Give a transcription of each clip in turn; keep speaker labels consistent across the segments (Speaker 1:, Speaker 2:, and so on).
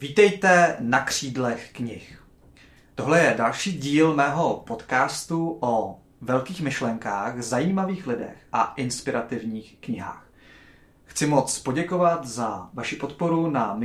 Speaker 1: Vítejte na křídlech knih. Tohle je další díl mého podcastu o velkých myšlenkách, zajímavých lidech a inspirativních knihách. Chci moc poděkovat za vaši podporu na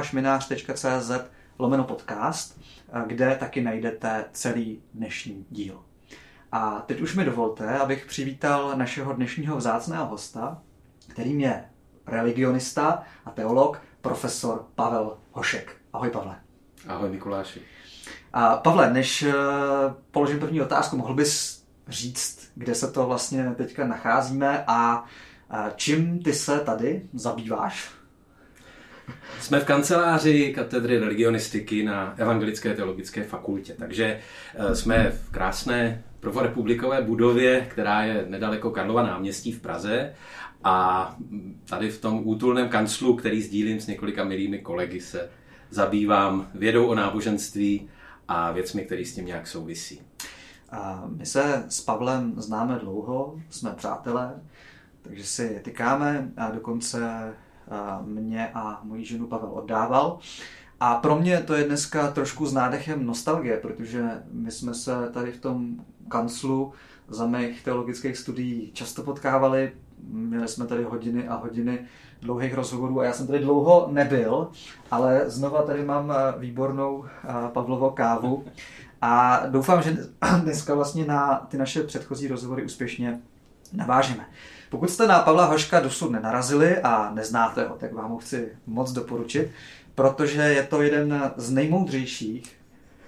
Speaker 1: mikulášminář.cz/podcast, kde taky najdete celý dnešní díl. A teď už mi dovolte, abych přivítal našeho dnešního vzácného hosta, kterým je religionista a teolog profesor Pavel Hošek. Ahoj, Pavle.
Speaker 2: Ahoj, Mikuláši.
Speaker 1: A Pavle, než položím první otázku, mohl bys říct, kde se to vlastně teďka nacházíme a čím ty se tady zabýváš?
Speaker 2: Jsme v kanceláři katedry religionistiky na Evangelické teologické fakultě, takže jsme v krásné prvorepublikové budově, která je nedaleko Karlova náměstí v Praze, a tady v tom útulném kanclu, který sdílím s několika milými kolegy, se zabývám vědou o náboženství a věcmi, které s tím nějak souvisí.
Speaker 1: My se s Pavlem známe dlouho, jsme přátelé, takže si tykáme a dokonce mě a moji ženu Pavel oddával. A pro mě to je dneska trošku s nádechem nostalgie, protože my jsme se tady v tom kanclu za mých teologických studií často potkávali. Měli jsme tady hodiny a hodiny dlouhých rozhovorů a já jsem tady dlouho nebyl, ale znova tady mám výbornou Pavlovo kávu a doufám, že dneska vlastně na ty naše předchozí rozhovory úspěšně navážeme. Pokud jste na Pavla Hoška dosud nenarazili a neznáte ho, tak vám ho chci moc doporučit, protože je to jeden z nejmoudřejších,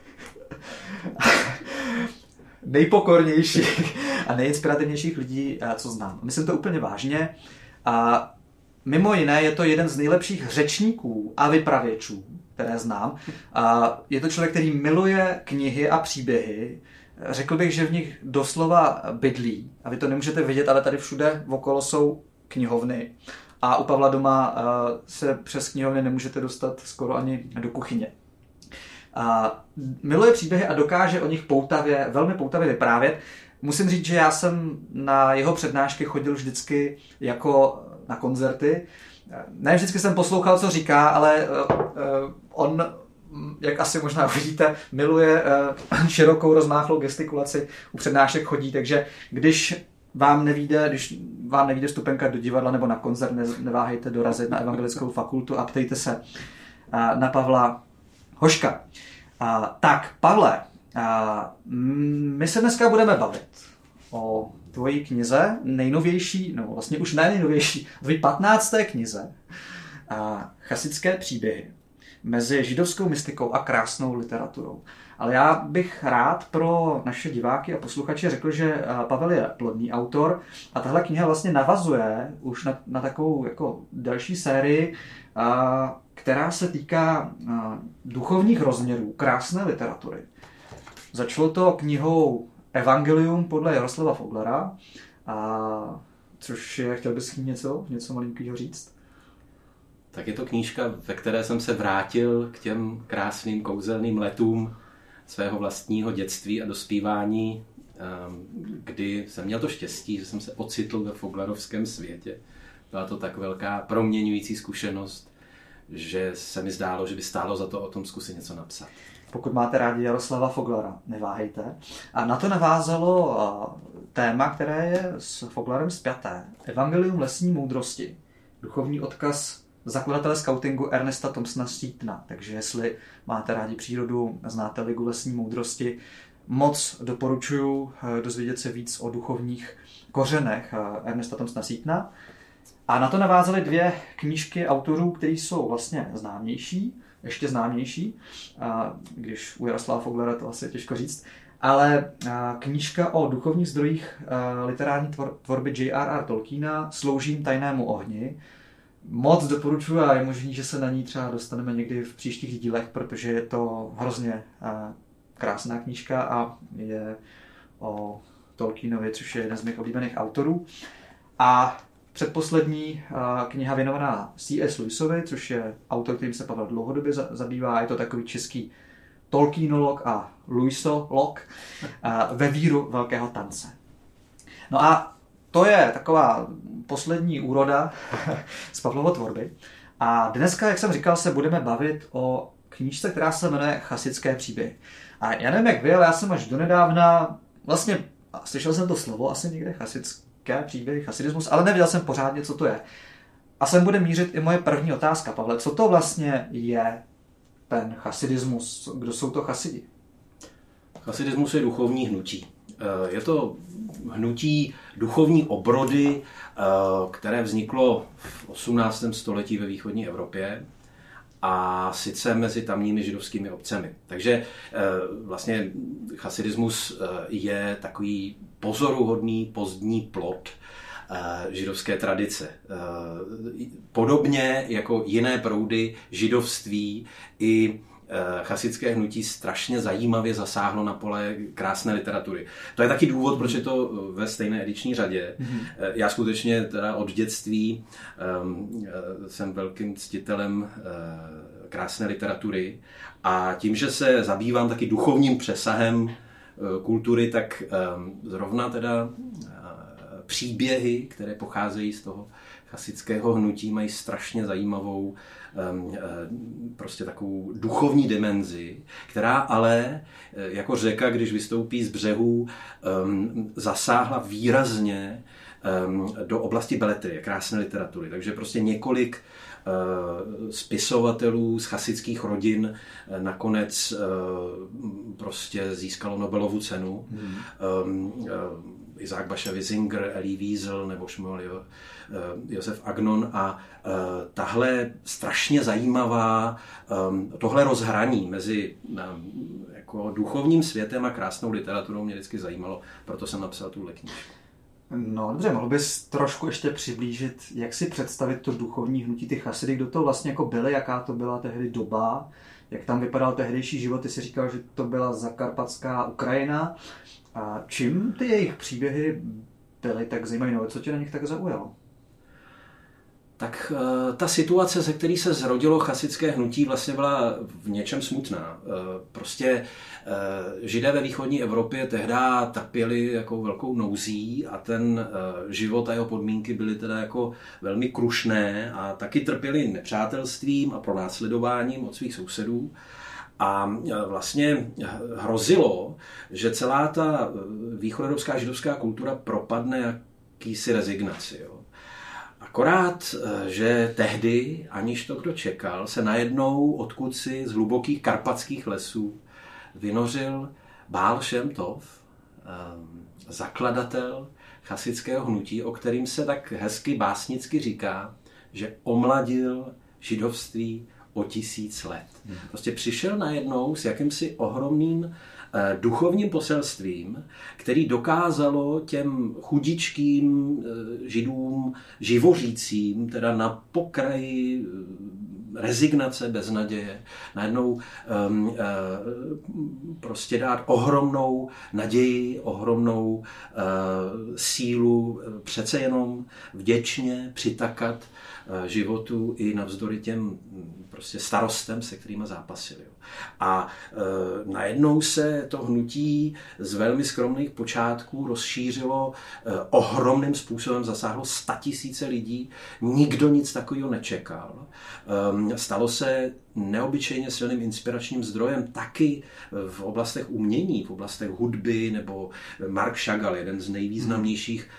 Speaker 1: nejpokornějších a nejinspirativnějších lidí, co znám. Myslím to úplně vážně. A mimo jiné je to jeden z nejlepších řečníků a vypravěčů, které znám. A je to člověk, který miluje knihy a příběhy. Řekl bych, že v nich doslova bydlí. A vy to nemůžete vidět, ale tady všude okolo jsou knihovny. A u Pavla doma se přes knihovny nemůžete dostat skoro ani do kuchyně. Miluje příběhy a dokáže o nich velmi poutavě vyprávět. Musím říct, že já jsem na jeho přednášky chodil vždycky jako na koncerty. Ne vždycky jsem poslouchal, co říká, ale on, jak asi možná uvidíte, miluje širokou rozmáchlou gestikulaci, u přednášek chodí, takže když vám nevyjde vstupenka do divadla nebo na koncert, neváhejte dorazit na Evangelickou fakultu a ptejte se na Pavla Hoška. Tak, Pavle, my se dneska budeme bavit o tvojí knize, nejnovější, no vlastně už ne nejnovější, tvojí 15. knize, Chasické příběhy mezi židovskou mystikou a krásnou literaturou. Ale já bych rád pro naše diváky a posluchače řekl, že Pavel je plodný autor a tahle kniha vlastně navazuje už na takovou jako další sérii, která se týká duchovních rozměrů krásné literatury. Začalo to knihou Evangelium podle Jaroslava Foglera, což je, chtěl bys něco malinkého říct?
Speaker 2: Tak je to knížka, ve které jsem se vrátil k těm krásným kouzelným letům svého vlastního dětství a dospívání, kdy jsem měl to štěstí, že jsem se ocitl ve foglerovském světě. Byla to tak velká proměňující zkušenost, že se mi zdálo, že by stálo za to o tom zkusit něco napsat.
Speaker 1: Pokud máte rádi Jaroslava Foglera, neváhejte. A na to navázalo téma, které je s Foglerem spjaté. Evangelium lesní moudrosti. Duchovní odkaz zakladatele skautingu Ernesta Thompsona Seatona. Takže jestli máte rádi přírodu, znáte Ligu lesní moudrosti, moc doporučuji dozvědět se víc o duchovních kořenech Ernesta Thompsona Seatona. A na to navázaly dvě knížky autorů, kteří jsou vlastně ještě známější, když u Jaroslava Foglera to asi je těžko říct, ale knížka o duchovních zdrojích literární tvorby J.R.R. Tolkiena Sloužím tajnému ohni. Moc doporučuji a je možný, že se na ní třeba dostaneme někdy v příštích dílech, protože je to hrozně krásná knížka a je o Tolkienovi, což je jeden z mých oblíbených autorů. A předposlední kniha věnovaná C.S. Lewisovi, což je autor, kterým se Pavel dlouhodobě zabývá. Je to takový český Tolkienolog a Lewisolog ve víru velkého tance. No a to je taková poslední úroda z Pavlovo tvorby. A dneska, jak jsem říkal, se budeme bavit o knížce, která se jmenuje Chasické příběhy. A já nevím, jak vy, ale já jsem až donedávna, vlastně slyšel jsem to slovo, asi někde chasické příběhy, chasidismus, ale nevěděl jsem pořádně, co to je. A sem bude mířit i moje první otázka, Pavle. Co to vlastně je ten chasidismus? Kdo jsou to chasidi?
Speaker 2: Chasidismus je duchovní hnutí. Je to hnutí duchovní obrody, které vzniklo v 18. století ve východní Evropě a sice mezi tamními židovskými obcemi. Takže vlastně chasidismus je takový pozoruhodný pozdní plod židovské tradice. Podobně jako jiné proudy židovství i chasidské hnutí strašně zajímavě zasáhlo na pole krásné literatury. To je taky důvod, proč je to ve stejné ediční řadě. Já skutečně teda od dětství jsem velkým ctitelem krásné literatury a tím, že se zabývám taky duchovním přesahem kultury, tak zrovna teda příběhy, které pocházejí z toho chasidského hnutí, mají strašně zajímavou prostě takovou duchovní dimenzi, která ale jako řeka, když vystoupí z břehů, zasáhla výrazně do oblasti beletrie, krásné literatury. Takže prostě několik spisovatelů z chasidských rodin nakonec prostě získalo Nobelovu cenu. Isaac Bashevis Singer, Elie Wiesel nebo Shmuel Josef Agnon a tahle strašně zajímavá, tohle rozhraní mezi jako duchovním světem a krásnou literaturou mě vždycky zajímalo, proto jsem napsal tuhle knížku.
Speaker 1: No dobře, mohl bys trošku ještě přiblížit, jak si představit to duchovní hnutí, ty chasidy, kdo to vlastně jako byly, jaká to byla tehdy doba, jak tam vypadal tehdejší život, ty jsi říkal, že to byla zakarpatská Ukrajina. A čím ty jejich příběhy byly tak zajímavé, nebo co tě na nich tak zaujalo?
Speaker 2: Tak ta situace, ze které se zrodilo chasidské hnutí, vlastně byla v něčem smutná. Prostě Židé ve východní Evropě tehdy trpěli jako velkou nouzí a ten život a jeho podmínky byly teda jako velmi krušné a taky trpěli nepřátelstvím a pronásledováním od svých sousedů. A vlastně hrozilo, že celá ta východoevropská židovská kultura propadne jakýsi rezignaci. Jo. Akorát, že tehdy, aniž to kdo čekal, se najednou odkudsi z hlubokých karpatských lesů vynořil Baal Shem Tov, zakladatel chasidského hnutí, o kterým se tak hezky básnicky říká, že omladil židovství o 1000 let. Prostě přišel najednou s jakýmsi ohromným duchovním poselstvím, který dokázalo těm chudičkým židům živořícím, teda na pokraji rezignace, beznaděje, najednou prostě dát ohromnou naději, ohromnou sílu, přece jenom vděčně přitakat životu i navzdory těm prostě starostem, se kterými zápasili. A najednou se to hnutí z velmi skromných počátků rozšířilo ohromným způsobem, zasáhlo 100 000 lidí, nikdo nic takového nečekal. Stalo se neobyčejně silným inspiračním zdrojem taky v oblastech umění, v oblastech hudby, nebo Marc Chagall, jeden z nejvýznamnějších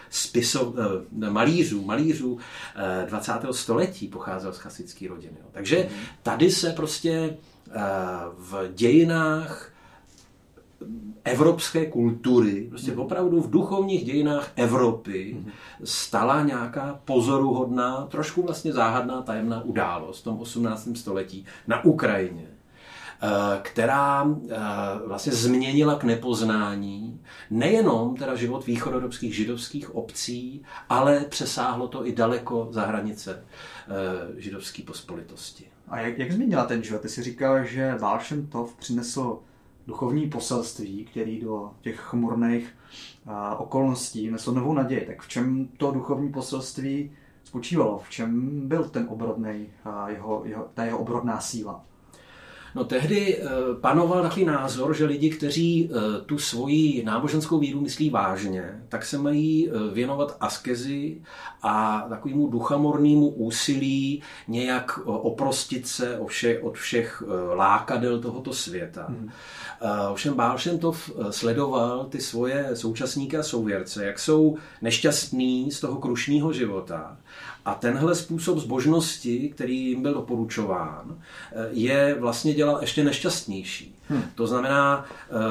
Speaker 2: malířů 20. století, pocházel z chasidské rodiny. Takže tady se prostě v dějinách evropské kultury, prostě opravdu v duchovních dějinách Evropy stala nějaká pozoruhodná, trošku vlastně záhadná tajemná událost v tom 18. století na Ukrajině, která vlastně změnila k nepoznání nejenom teda život východoevropských židovských obcí, ale přesáhlo to i daleko za hranice židovské pospolitosti.
Speaker 1: A jak změnila ten život? Ty jsi říkal, že Baal Shem Tov přinesl duchovní poselství, který do těch chmurných okolností nesl novou naději. Tak v čem to duchovní poselství spočívalo? V čem byl ten obrodnej, ta jeho obrodná síla?
Speaker 2: No tehdy panoval takový názor, že lidi, kteří tu svoji náboženskou víru myslí vážně, tak se mají věnovat askezi a takovému duchamornému úsilí nějak oprostit se od všech lákadel tohoto světa. Ovšem Baal Šem-Tov sledoval ty svoje současníky a souvěrce, jak jsou nešťastní z toho krušného života. A tenhle způsob zbožnosti, který jim byl doporučován, je vlastně dělal ještě nešťastnější. To znamená,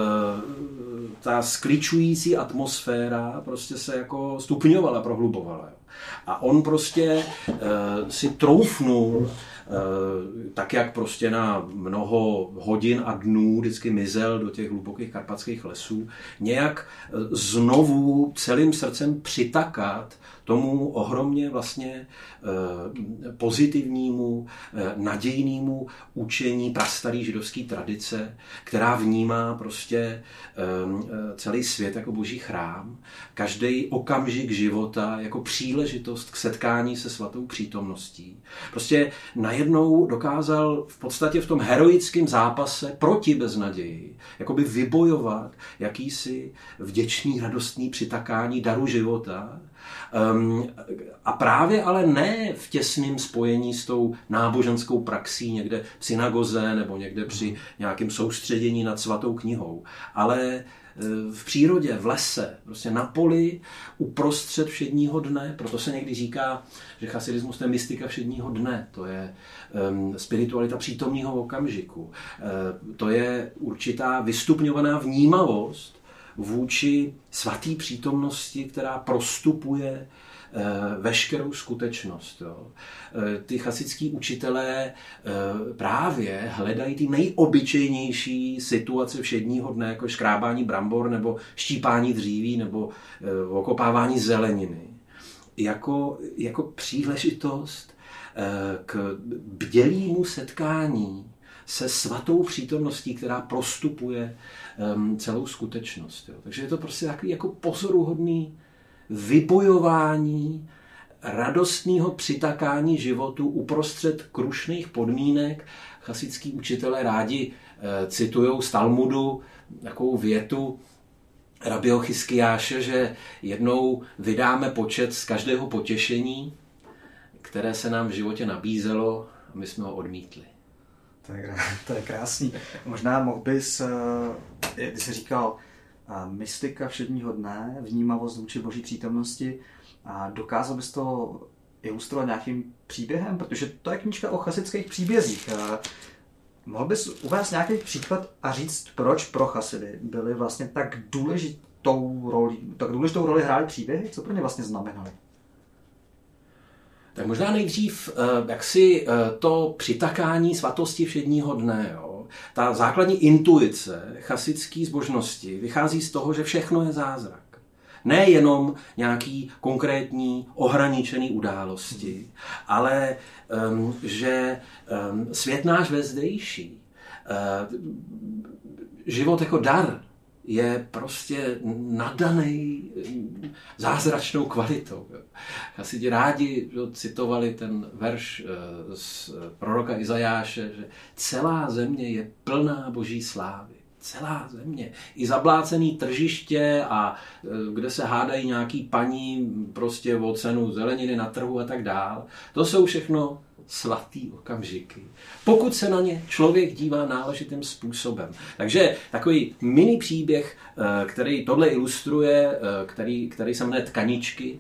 Speaker 2: ta skličující atmosféra prostě se jako stupňovala, prohlubovala. A on prostě si troufnul, tak jak prostě na mnoho hodin a dnů vždycky mizel do těch hlubokých karpatských lesů, nějak znovu celým srdcem přitakat tomu ohromně vlastně pozitivnímu, nadějnému učení prastarý židovské tradice, která vnímá prostě celý svět jako boží chrám, každý okamžik života jako příležitost k setkání se svatou přítomností. Prostě najednou dokázal v podstatě v tom heroickém zápase proti beznaději jakoby vybojovat jakýsi vděčný, radostný přitakání daru života. A právě ale ne v těsném spojení s tou náboženskou praxí někde v synagoze nebo někde při nějakém soustředění nad svatou knihou, ale v přírodě, v lese, prostě na poli, uprostřed všedního dne. Proto se někdy říká, že chasidismus to je mystika všedního dne, to je spiritualita přítomného okamžiku, to je určitá vystupňovaná vnímavost vůči svatý přítomnosti, která prostupuje veškerou skutečnost. Jo. Ty chasidský učitelé právě hledají ty nejobyčejnější situace všedního dne, jako škrábání brambor, nebo štípání dříví, nebo okopávání zeleniny, jako příležitost k bdělému setkání se svatou přítomností, která prostupuje celou skutečnost. Jo. Takže je to prostě takový jako pozoruhodný vybojování radostného přitakání životu uprostřed krušných podmínek. Chasidský učitelé rádi citujou z Talmudu takovou větu Rabího Chiskiáše, že jednou vydáme počet z každého potěšení, které se nám v životě nabízelo, a my jsme ho odmítli.
Speaker 1: To je krásný. Možná mohl bys, když jsi říkal, mystika všedního dne, vnímavost vůči boží přítomnosti, a dokázal bys to ilustrovat nějakým příběhem, protože to je knížka o chasidských příbězích. Mohl bys uvést nějaký příklad a říct, proč pro chasidy byly vlastně tak důležitou roli hrály příběhy? Co pro ně vlastně znamenaly?
Speaker 2: Tak možná nejdřív jaksi to přitakání svatosti všedního dne. Jo. Ta základní intuice chasidské zbožnosti vychází z toho, že všechno je zázrak. Nejenom nějaký konkrétní ohraničený události, ale že svět náš vezdejší, život jako dar, je prostě nadaný zázračnou kvalitou. Chasidi rádi citovali ten verš z proroka Izajáše, že celá země je plná boží slávy. Celá země. I zablácený tržiště a kde se hádají nějaký paní prostě o cenu zeleniny na trhu a tak dál. To jsou všechno svatý okamžiky. Pokud se na ně člověk dívá náležitým způsobem. Takže takový mini příběh, který tohle ilustruje, který se jmenuje Tkaničky,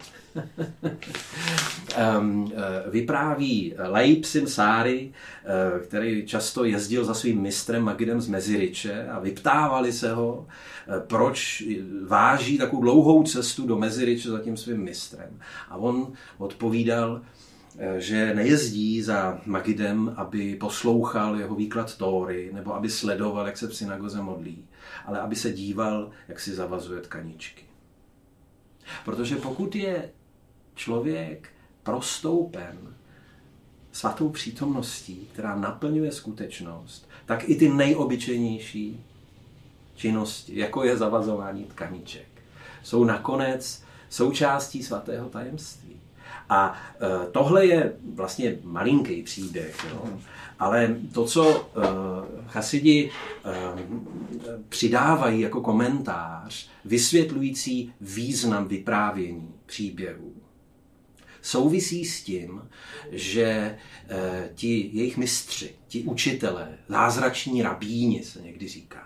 Speaker 2: vypráví Leib syn Sáry, který často jezdil za svým mistrem Magidem z Meziriče a vyptávali se ho, proč váží takovou dlouhou cestu do Meziriče za tím svým mistrem. A on odpovídal, že nejezdí za Magidem, aby poslouchal jeho výklad Tóry, nebo aby sledoval, jak se v synagoze modlí, ale aby se díval, jak si zavazuje tkaničky. Protože pokud je člověk prostoupen svatou přítomností, která naplňuje skutečnost, tak i ty nejobyčejnější činnosti, jako je zavazování tkaniček, jsou nakonec součástí svatého tajemství. A tohle je vlastně malinký příběh, jo? Ale to, co Chasidi přidávají jako komentář vysvětlující význam vyprávění příběhů. Souvisí s tím, že ti jejich mistři, ti učitelé, zázrační rabíni se někdy říká,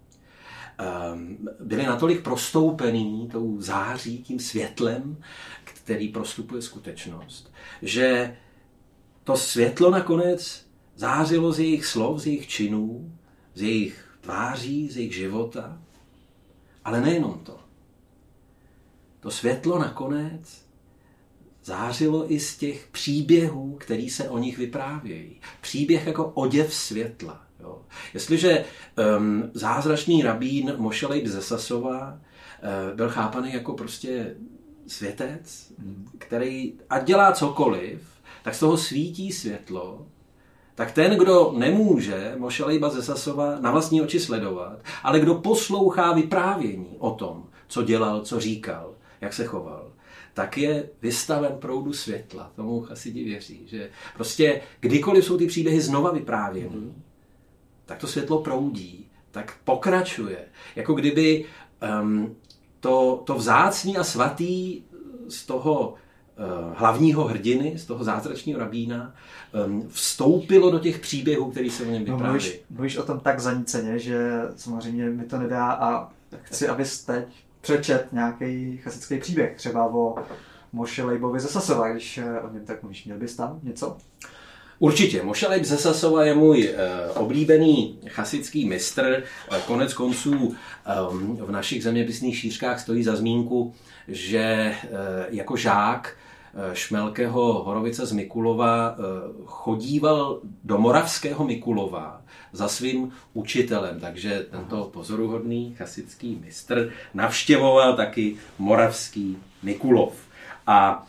Speaker 2: byli natolik prostoupení tou září, tím světlem, který prostupuje skutečnost, že to světlo nakonec zářilo z jejich slov, z jejich činů, z jejich tváří, z jejich života. Ale nejenom to. To světlo nakonec zářilo i z těch příběhů, který se o nich vyprávějí. Příběh jako oděv světla. Jo. Jestliže zázračný rabín Moše Leib ze Sasova byl chápaný jako prostě světec, který ať dělá cokoliv, tak z toho svítí světlo, tak ten, kdo nemůže Moše Leiba ze Sasova na vlastní oči sledovat, ale kdo poslouchá vyprávění o tom, co dělal, co říkal, jak se choval, tak je vystaven proudu světla. Tomu chasidi věří, že prostě kdykoliv jsou ty příběhy znova vyprávěný, tak to světlo proudí, tak pokračuje. Jako kdyby to vzácný a svatý z toho hlavního hrdiny, z toho zázračního rabína, vstoupilo do těch příběhů, který se o něm vypráví.
Speaker 1: Mluvíš o tom tak zaníceně, že samozřejmě mi to nedá a chci, abys teď přečet nějaký chasický příběh, třeba o Moše Leibovi ze Sasova, když o něm tak mluvíš. Měl bys tam něco?
Speaker 2: Určitě. Moše Leib ze Sasova je můj oblíbený chasický mistr. Konec konců v našich zeměpisných šířkách stojí za zmínku, že jako žák Šmelkého Horovice z Mikulova chodíval do moravského Mikulova za svým učitelem, takže tento pozoruhodný chasický mistr navštěvoval taky moravský Mikulov. A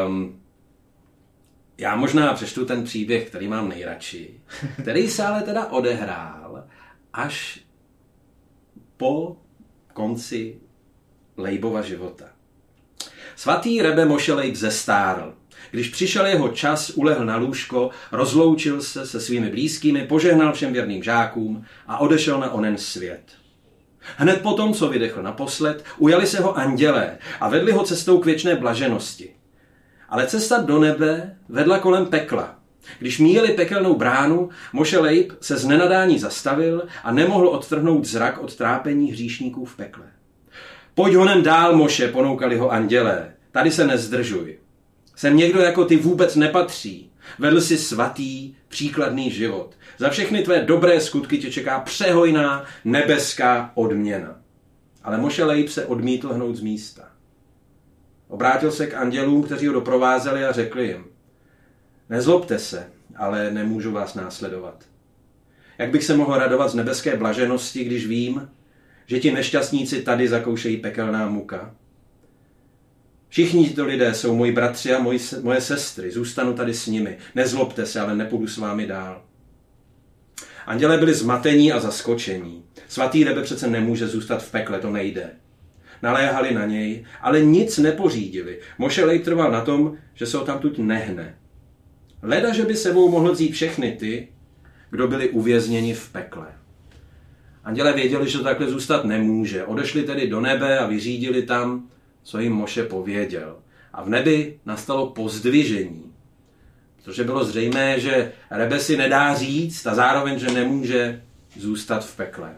Speaker 2: já možná přečtu ten příběh, který mám nejradši, který se ale teda odehrál až po konci Leibova života. Svatý Rebe Moše Leib zestárl. Když přišel jeho čas, ulehl na lůžko, rozloučil se svými blízkými, požehnal všem věrným žákům a odešel na onen svět. Hned potom, co vydechl naposled, ujali se ho andělé a vedli ho cestou k věčné blaženosti. Ale cesta do nebe vedla kolem pekla. Když míjeli pekelnou bránu, Moše Leib se z nenadání zastavil a nemohl odtrhnout zrak od trápení hříšníků v pekle. Pojď honem dál, Moše, ponoukali ho andělé. Tady se nezdržuj. Sem někdo jako ty vůbec nepatří. Vedl si svatý, příkladný život. Za všechny tvé dobré skutky tě čeká přehojná nebeská odměna. Ale Moše Leib se odmítl hnout z místa. Obrátil se k andělům, kteří ho doprovázeli a řekli jim: Nezlobte se, ale nemůžu vás následovat. Jak bych se mohl radovat z nebeské blaženosti, když vím, že ti nešťastníci tady zakoušejí pekelná muka? Všichni tito lidé jsou moji bratři a moje sestry, zůstanu tady s nimi. Nezlobte se, ale nepůjdu s vámi dál. Andělé byli zmatení a zaskočení. Svatý Rebe přece nemůže zůstat v pekle, to nejde. Naléhali na něj, ale nic nepořídili. Moše Leib trval na tom, že se ho tamtud nehne. Leda, že by sebou mohl vzít všechny ty, kdo byli uvězněni v pekle. Andělé věděli, že to takhle zůstat nemůže. Odešli tedy do nebe a vyřídili tam, co jim Moše pověděl. A v nebi nastalo pozdvižení, protože bylo zřejmé, že Rebe si nedá říct a zároveň, že nemůže zůstat v pekle.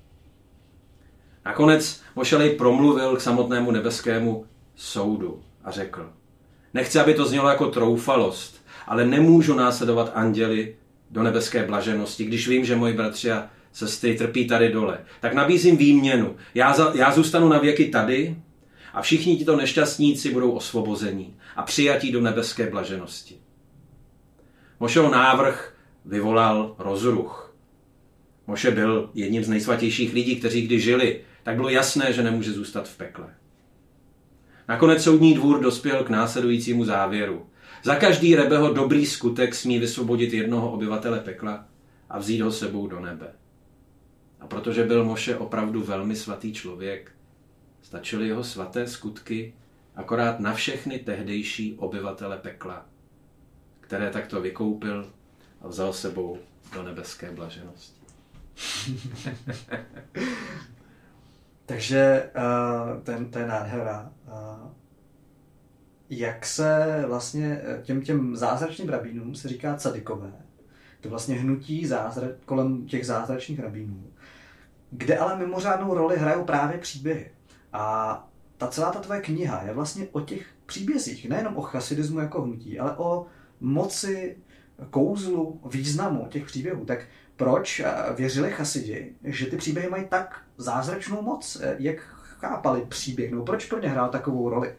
Speaker 2: Nakonec Moše Leib promluvil k samotnému nebeskému soudu a řekl: Nechci, aby to znělo jako troufalost, ale nemůžu následovat anděli do nebeské blaženosti, když vím, že moji bratři a sestry trpí tady dole. Tak nabízím výměnu. Já zůstanu na věky tady a všichni tito nešťastníci budou osvobozeni a přijatí do nebeské blaženosti. Mošeho návrh vyvolal rozruch. Moše byl jedním z nejsvatějších lidí, kteří kdy žili, tak bylo jasné, že nemůže zůstat v pekle. Nakonec soudní dvůr dospěl k následujícímu závěru. Za každý Rebeho dobrý skutek smí vysvobodit jednoho obyvatele pekla a vzít ho sebou do nebe. A protože byl Moše opravdu velmi svatý člověk, stačily jeho svaté skutky akorát na všechny tehdejší obyvatele pekla, které takto vykoupil a vzal sebou do nebeské blaženosti.
Speaker 1: Takže to je nádhera. Jak se vlastně těm zázračným rabínům se říká cadikové. To vlastně hnutí kolem těch zázračných rabínů. Kde ale mimořádnou roli hrajou právě příběhy. A celá ta tvoje kniha je vlastně o těch příbězích, nejenom o chasidismu jako hnutí, ale o moci, kouzlu, významu těch příběhů. Tak proč věřili chasidi, že ty příběhy mají tak zázračnou moc? Jak chápali příběh? Nebo proč pro ně hrál takovou roli?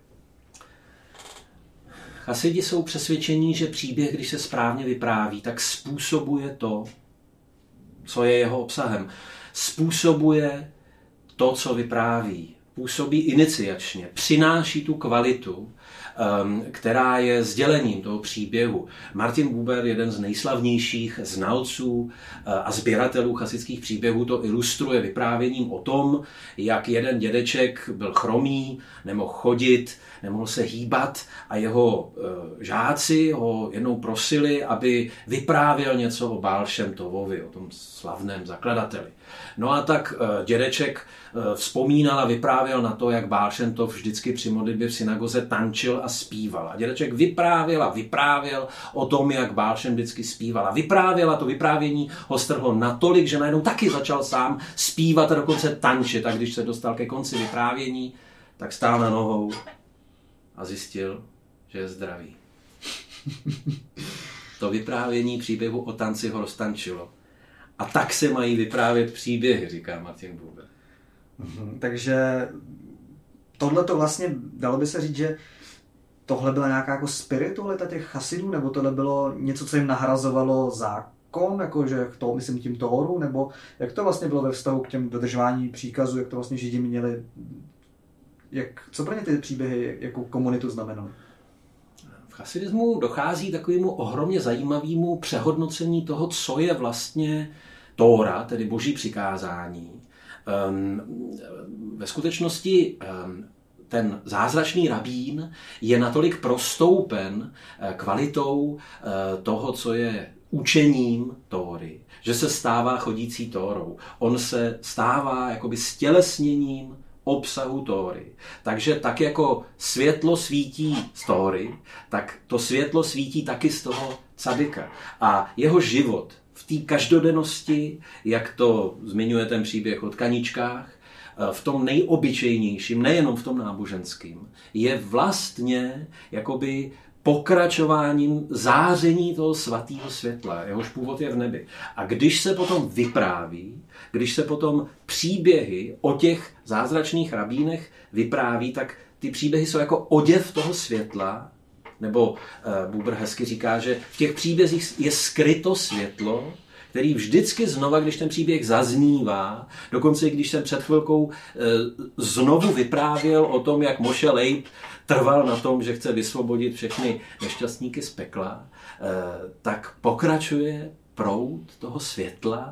Speaker 2: Chasidi jsou přesvědčení, že příběh, když se správně vypráví, tak způsobuje to, co je jeho obsahem. Způsobuje to, co vypráví. Působí iniciačně, přináší tu kvalitu, která je sdělením toho příběhu. Martin Buber, jeden z nejslavnějších znalců a sběratelů chasidských příběhů, to ilustruje vyprávěním o tom, jak jeden dědeček byl chromý, nemohl chodit, nemohl se hýbat a jeho žáci ho jednou prosili, aby vyprávěl něco o Baal Šem Tovovi, o tom slavném zakladateli. No a tak dědeček vzpomínal a vyprávěl na to, jak Baal Šem Tov vždycky při modlitbě v synagoze tančil a zpíval. A dědeček vyprávěl o tom, jak Baal Šem vždycky zpíval. A vyprávěl a to vyprávění ho strhlo natolik, že najednou taky začal sám zpívat a dokonce tančit. A když se dostal ke konci vyprávění, tak stál na nohou a zjistil, že je zdravý. To vyprávění příběhu o tanci ho roztančilo. A tak se mají vyprávět příběhy, říká Martin Buber.
Speaker 1: Takže tohle to vlastně, dalo by se říct, že tohle byla nějaká jako spiritualita těch chasidů, nebo tohle bylo něco, co jim nahrazovalo zákon, jakože to, myslím tím Tóru, nebo jak to vlastně bylo ve vztahu k těm dodržování příkazů, jak to vlastně Židi měli, co pro ně ty příběhy jako komunitu znamenaly?
Speaker 2: V chasidismu dochází takovému ohromně zajímavému přehodnocení toho, co je vlastně Tóra, tedy boží přikázání. Ve skutečnosti ten zázračný rabín je natolik prostoupen kvalitou toho, co je učením Tóry, že se stává chodící Tórou. On se stává jakoby stělesněním obsahu Tóry. Takže tak jako světlo svítí z Tóry, tak to světlo svítí taky z toho cadika. A jeho život v té každodennosti, jak to zmiňuje ten příběh o tkaničkách, v tom nejobyčejnějším, nejenom v tom náboženském, je vlastně jakoby pokračováním záření toho svatého světla, jehož původ je v nebi. A když se potom vypráví, když se potom příběhy o těch zázračných rabínech vypráví, tak ty příběhy jsou jako oděv toho světla, nebo Buber hezky říká, že v těch příbězích je skryto světlo, který vždycky znova, když ten příběh zaznívá, dokonce i když jsem před chvilkou znovu vyprávěl o tom, jak Moshe Leib trval na tom, že chce vysvobodit všechny nešťastníky z pekla, tak pokračuje proud toho světla,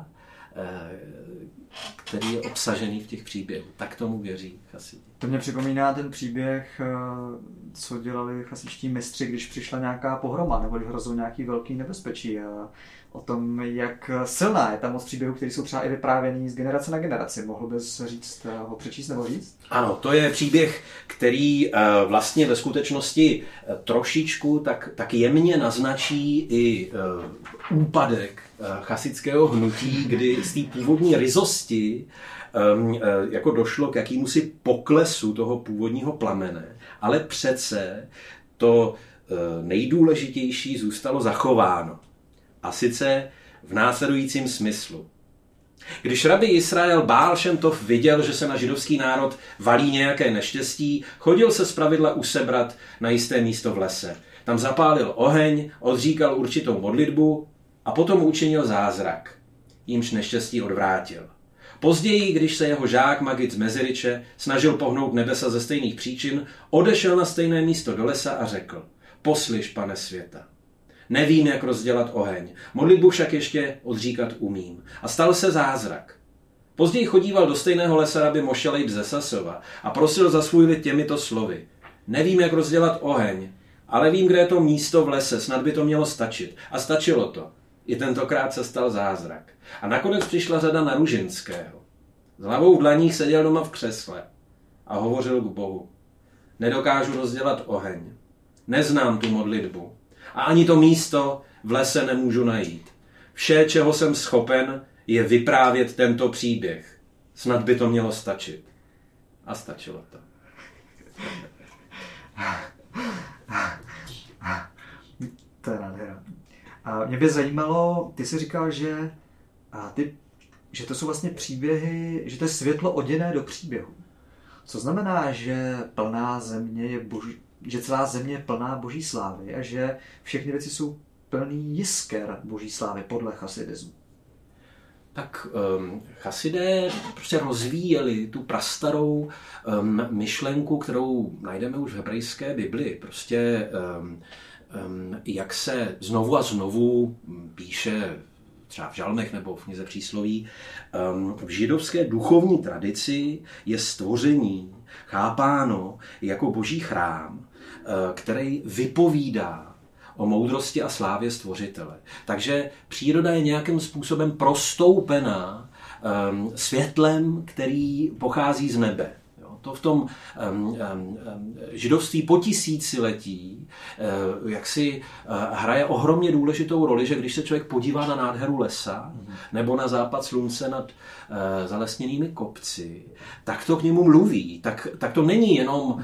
Speaker 2: který je obsažený v těch příběhů. Tak tomu věří chasidi.
Speaker 1: To mě připomíná ten příběh, co dělali chasičtí mistři, když přišla nějaká pohroma, nebo když hrozilo nějaký velký nebezpečí. O tom, jak silná je ta moc příběhů, které jsou třeba i vyprávěný z generace na generaci. Mohl bys ho přečíst nebo říct?
Speaker 2: Ano, to je příběh, který vlastně ve skutečnosti trošičku tak jemně naznačí i úpadek chasidského hnutí, kdy z té původní ryzosti jako došlo k jakýmusi poklesu toho původního plamene, ale přece to nejdůležitější zůstalo zachováno. A sice v následujícím smyslu. Když rabí Israel Baal Šem Tov viděl, že se na židovský národ valí nějaké neštěstí, chodil se zpravidla usebrat na jisté místo v lese. Tam zapálil oheň, odříkal určitou modlitbu a potom učinil zázrak. Jímž neštěstí odvrátil. Později, když se jeho žák Magid z Mezeriče snažil pohnout nebesa ze stejných příčin, odešel na stejné místo do lesa a řekl: Poslyš, pane světa. Nevím, jak rozdělat oheň, modlitbu však ještě odříkat umím. A stal se zázrak. Později chodíval do stejného lesa rabí Moshe Leib ze Sasova a prosil za svůj lid těmito slovy: Nevím, jak rozdělat oheň, ale vím, kde je to místo v lese, snad by to mělo stačit. A stačilo to. I tentokrát se stal zázrak. A nakonec přišla řada na Ružinského. S hlavou v dlaních seděl doma v křesle a hovořil k Bohu. Nedokážu rozdělat oheň. Neznám tu modlitbu. A ani to místo v lese nemůžu najít. Vše, čeho jsem schopen, je vyprávět tento příběh. Snad by to mělo stačit. A stačilo to.
Speaker 1: To je nádhera. A mě by zajímalo, ty jsi říkal, že to jsou vlastně příběhy, že to je světlo oděné do příběhu. Co znamená, že plná země je že celá země je plná boží slávy a že všechny věci jsou plný jisker boží slávy podle chasidismu.
Speaker 2: Tak chasidé prostě rozvíjeli tu prastarou myšlenku, kterou najdeme už v hebrejské Bibli. Prostě jak se znovu a znovu píše třeba v žalmech nebo v knize přísloví, v židovské duchovní tradici je stvoření chápáno jako boží chrám, který vypovídá o moudrosti a slávě stvořitele. Takže příroda je nějakým způsobem prostoupená světlem, který pochází z nebe. To v tom židovství po tisíciletí jaksi hraje ohromně důležitou roli, že když se člověk podívá na nádheru lesa nebo na západ slunce nad zalesněnými kopci, tak to k němu mluví. Tak to není jenom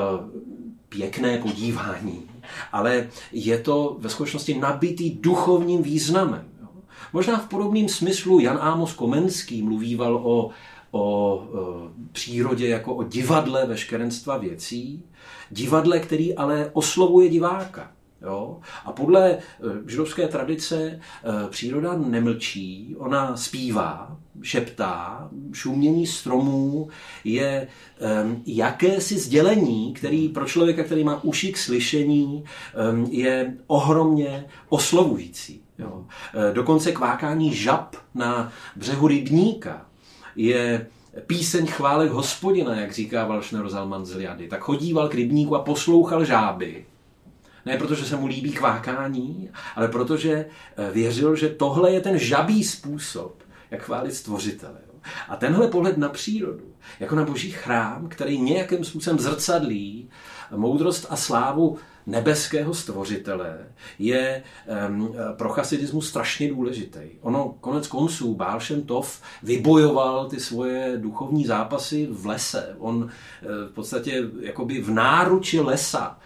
Speaker 2: pěkné podívání, ale je to ve skutečnosti nabitý duchovním významem. Možná v podobném smyslu Jan Amos Komenský mluvíval o přírodě jako o divadle veškerenstva věcí, divadle, který ale oslovuje diváka. Jo? A podle židovské tradice příroda nemlčí, ona zpívá, šeptá, šumění stromů je jakési sdělení, který pro člověka, který má uši k slyšení, je ohromně oslovující. Jo? Dokonce kvákání žab na břehu rybníka je píseň chválek Hospodina, jak říká Valšner Zalman z Liady. Tak chodíval k rybníku a poslouchal žáby. Ne protože se mu líbí kvákání, ale protože věřil, že tohle je ten žabý způsob, jak chválit stvořitele. A tenhle pohled na přírodu, jako na boží chrám, který nějakým způsobem zrcadlí moudrost a slávu nebeského stvořitele, je pro chasidismus strašně důležitý. Ono konec konců Baal Šem Tov vybojoval ty svoje duchovní zápasy v lese. On v podstatě jakoby v náruči lesa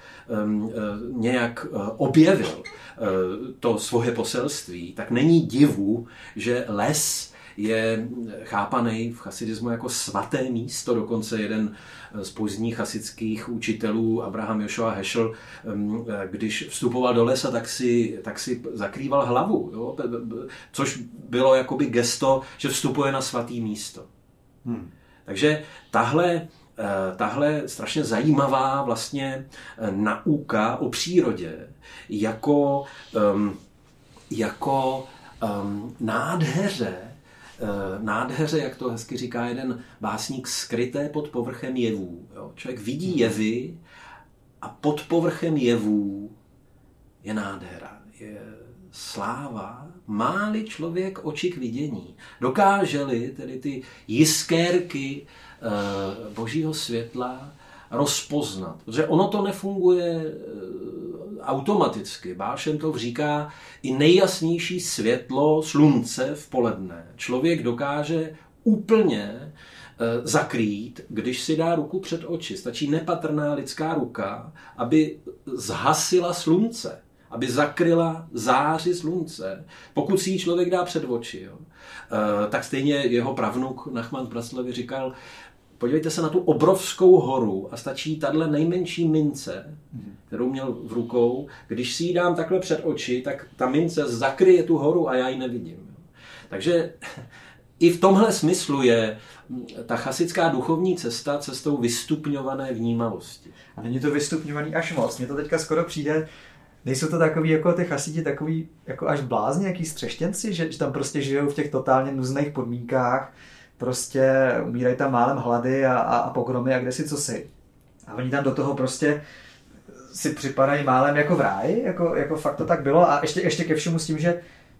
Speaker 2: nějak objevil to svoje poselství. Tak není divu, že les je chápaný v chasidismu jako svaté místo. Dokonce jeden z pozdních chasidských učitelů, Abraham Joshua Heschel, když vstupoval do lesa, tak si zakrýval hlavu. Jo? Což bylo jakoby gesto, že vstupuje na svatý místo. Takže tahle strašně zajímavá vlastně nauka o přírodě jako nádheře, jak to hezky říká jeden básník, skryté pod povrchem jevů. Jo? Člověk vidí jevy a pod povrchem jevů je nádhera, je sláva. Má-li člověk oči k vidění, dokáže-li tedy ty jiskérky božího světla rozpoznat. Protože ono to nefunguje automaticky. Baal Šem Tov říká, i nejjasnější světlo slunce v poledne člověk dokáže úplně zakrýt, když si dá ruku před oči. Stačí nepatrná lidská ruka, aby zhasila slunce, aby zakryla záři slunce. Pokud si ji člověk dá před oči, jo. Tak stejně jeho pravnuk Nachman Praslavi říkal, podívejte se na tu obrovskou horu a stačí tahle nejmenší mince, kterou měl v rukou. Když si ji dám takhle před oči, tak ta mince zakryje tu horu a já ji nevidím. Takže i v tomhle smyslu je ta chasická duchovní cesta cestou vystupňované vnímavosti.
Speaker 1: A není to vystupňovaný až moc. Mně to teďka skoro přijde, nejsou to takový jako ty chasidi, takový jako až blázni, jaký střeštěnci, že tam prostě žijou v těch totálně nuzných podmínkách, prostě umírají tam málem hlady a pogromy a kde si co si. A oni tam do toho prostě si připadají málem jako v ráji, jako fakt to tak bylo. A ještě ke všemu s tím, že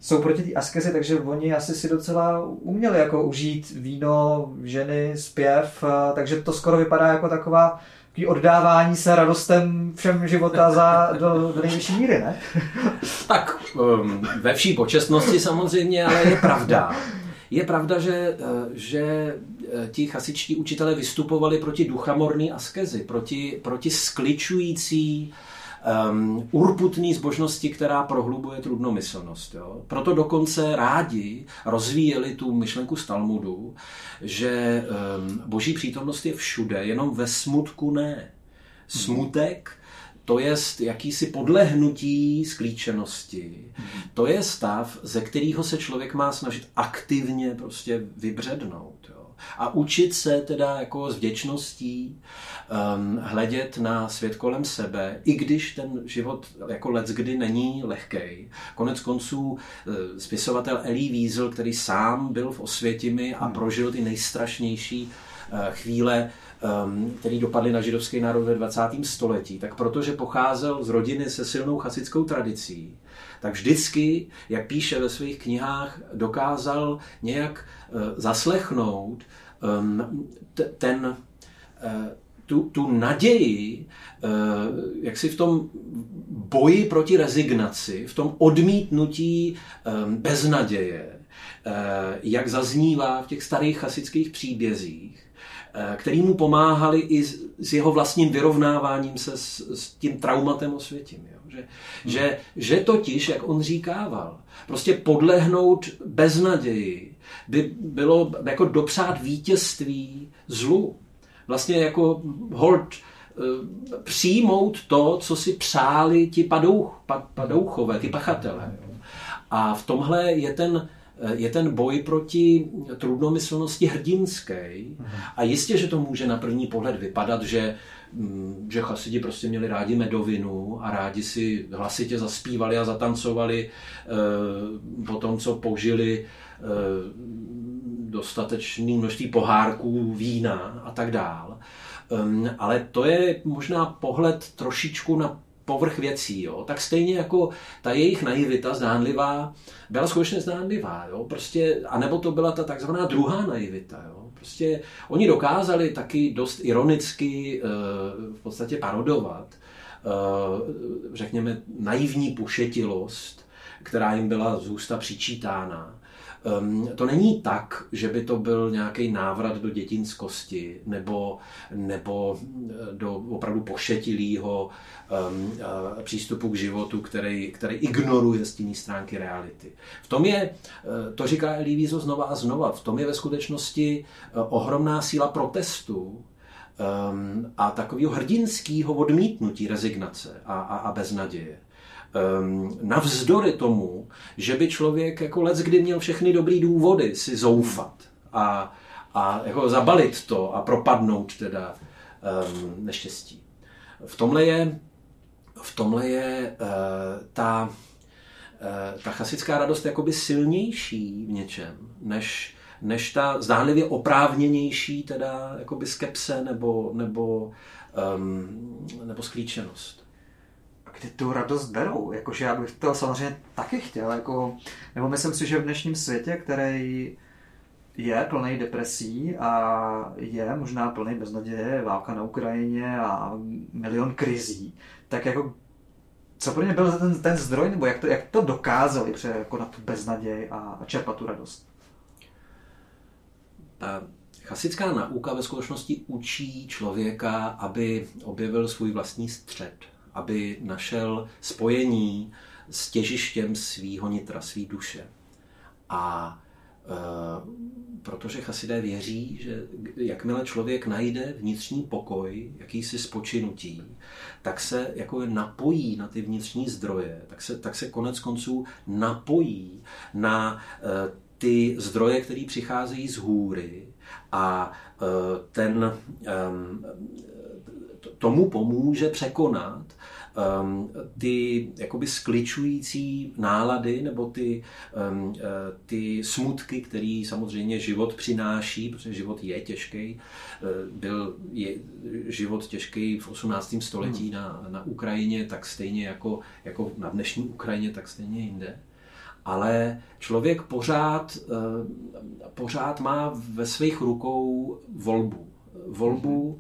Speaker 1: jsou proti té askezi, takže oni asi si docela uměli jako užít víno, ženy, zpěv, takže to skoro vypadá jako takový oddávání se radostem všem života do nejvyšší míry, ne?
Speaker 2: Tak ve vší počestnosti samozřejmě, ale je pravda, že ti chasičtí učitelé vystupovali proti duchamorné askezi, proti skličující urputný zbožnosti, která prohlubuje trudnomyslnost. Jo? Proto dokonce rádi rozvíjeli tu myšlenku z Talmudu, že boží přítomnost je všude, jenom ve smutku ne. Smutek, to je jakýsi podlehnutí sklíčenosti. To je stav, ze kterého se člověk má snažit aktivně prostě vybřednout. Jo? A učit se teda jako s vděčností hledět na svět kolem sebe, i když ten život jako leckdy není lehkej. Konec konců spisovatel Elie Wiesel, který sám byl v Osvětimi a prožil ty nejstrašnější chvíle, který dopadly na židovský národ ve 20. století, tak protože pocházel z rodiny se silnou chasickou tradicí, tak vždycky, jak píše ve svých knihách, dokázal nějak zaslechnout tu naději, jak si v tom boji proti rezignaci, v tom odmítnutí beznaděje, jak zaznívá v těch starých chasických příbězích, který mu pomáhali i s jeho vlastním vyrovnáváním se s tím traumatem Osvětim. Že totiž, jak on říkával, prostě podlehnout beznaději by bylo jako dopřát vítězství zlu. Vlastně jako hold přijmout to, co si přáli ti padouchové, ty pachatelé. A v tomhle je ten boj proti trudnomyslnosti hrdinský. A jistě, že to může na první pohled vypadat, že chasidi prostě měli rádi medovinu a rádi si hlasitě zaspívali a zatancovali po tom, co požili dostatečné množství pohárků vína a tak dál. Ale to je možná pohled trošičku na povrch věcí. Jo? Tak stejně jako ta jejich naivita zdánlivá byla skutečně zdánlivá. Jo? Prostě, anebo to byla ta takzvaná druhá naivita. Jo? Prostě oni dokázali taky dost ironicky v podstatě parodovat, řekněme, naivní pošetilost, která jim byla z ústa přičítána. To není tak, že by to byl nějaký návrat do dětinskosti nebo do opravdu pošetilého přístupu k životu, který ignoruje stinné stránky reality. V tom je, to říká Elie Wiesel znova a znova, v tom je ve skutečnosti ohromná síla protestu a takového hrdinského odmítnutí rezignace a beznaděje. Navzdory tomu, že by člověk jako leckdy měl všechny dobrý důvody si zoufat a jako zabalit to a propadnout teda neštěstí. V tomhle je ta chasická radost jakoby silnější v něčem, než ta zdánlivě oprávněnější teda jakoby skepse nebo sklíčenost.
Speaker 1: Kde tu radost berou? Jakože já bych to samozřejmě taky chtěl. Nebo myslím si, že v dnešním světě, který je plný depresí a je možná plný beznaděje, válka na Ukrajině a milion krizí, tak jako co pro ně byl ten zdroj, nebo jak to dokázali překonat tu beznaděj a čerpat tu radost?
Speaker 2: Ta chasická nauka ve skutečnosti učí člověka, aby objevil svůj vlastní střed, aby našel spojení s těžištěm svýho nitra, svý duše. A protože chasidé věří, že jakmile člověk najde vnitřní pokoj, jakýsi spočinutí, tak se jako napojí na ty vnitřní zdroje, tak se konec konců napojí na ty zdroje, které přicházejí z hůry a tomu pomůže překonat ty jakoby skličující nálady nebo ty smutky, který samozřejmě život přináší, protože život je těžký. Je život těžký v 18. století na Ukrajině, tak stejně jako na dnešní Ukrajině, tak stejně jinde. ale člověk pořád má ve svých rukou volbu,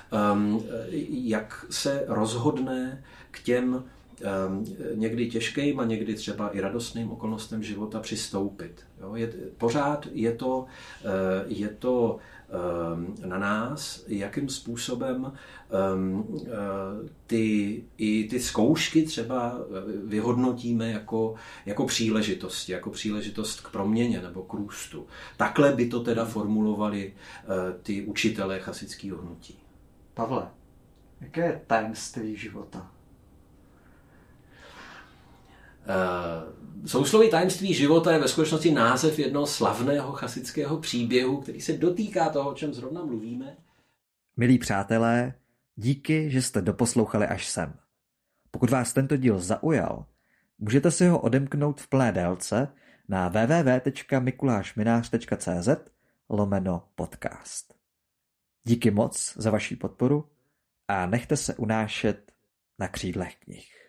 Speaker 2: jak se rozhodne k těm někdy těžkým a někdy třeba i radostným okolnostem života přistoupit. Jo? Pořád je to na nás, jakým způsobem ty zkoušky třeba vyhodnotíme jako příležitost k proměně nebo k růstu. Takhle by to teda formulovali ty učitelé chasického hnutí.
Speaker 1: Pavle, jaké je tajemství života?
Speaker 2: Sousloví tajemství života je ve skutečnosti název jednoho slavného chasického příběhu, který se dotýká toho, o čem zrovna mluvíme.
Speaker 3: Milí přátelé, díky, že jste doposlouchali až sem. Pokud vás tento díl zaujal, můžete si ho odemknout v plné délce na www.mikulášminář.cz/podcast. Díky moc za vaši podporu a nechte se unášet na křídlech knih.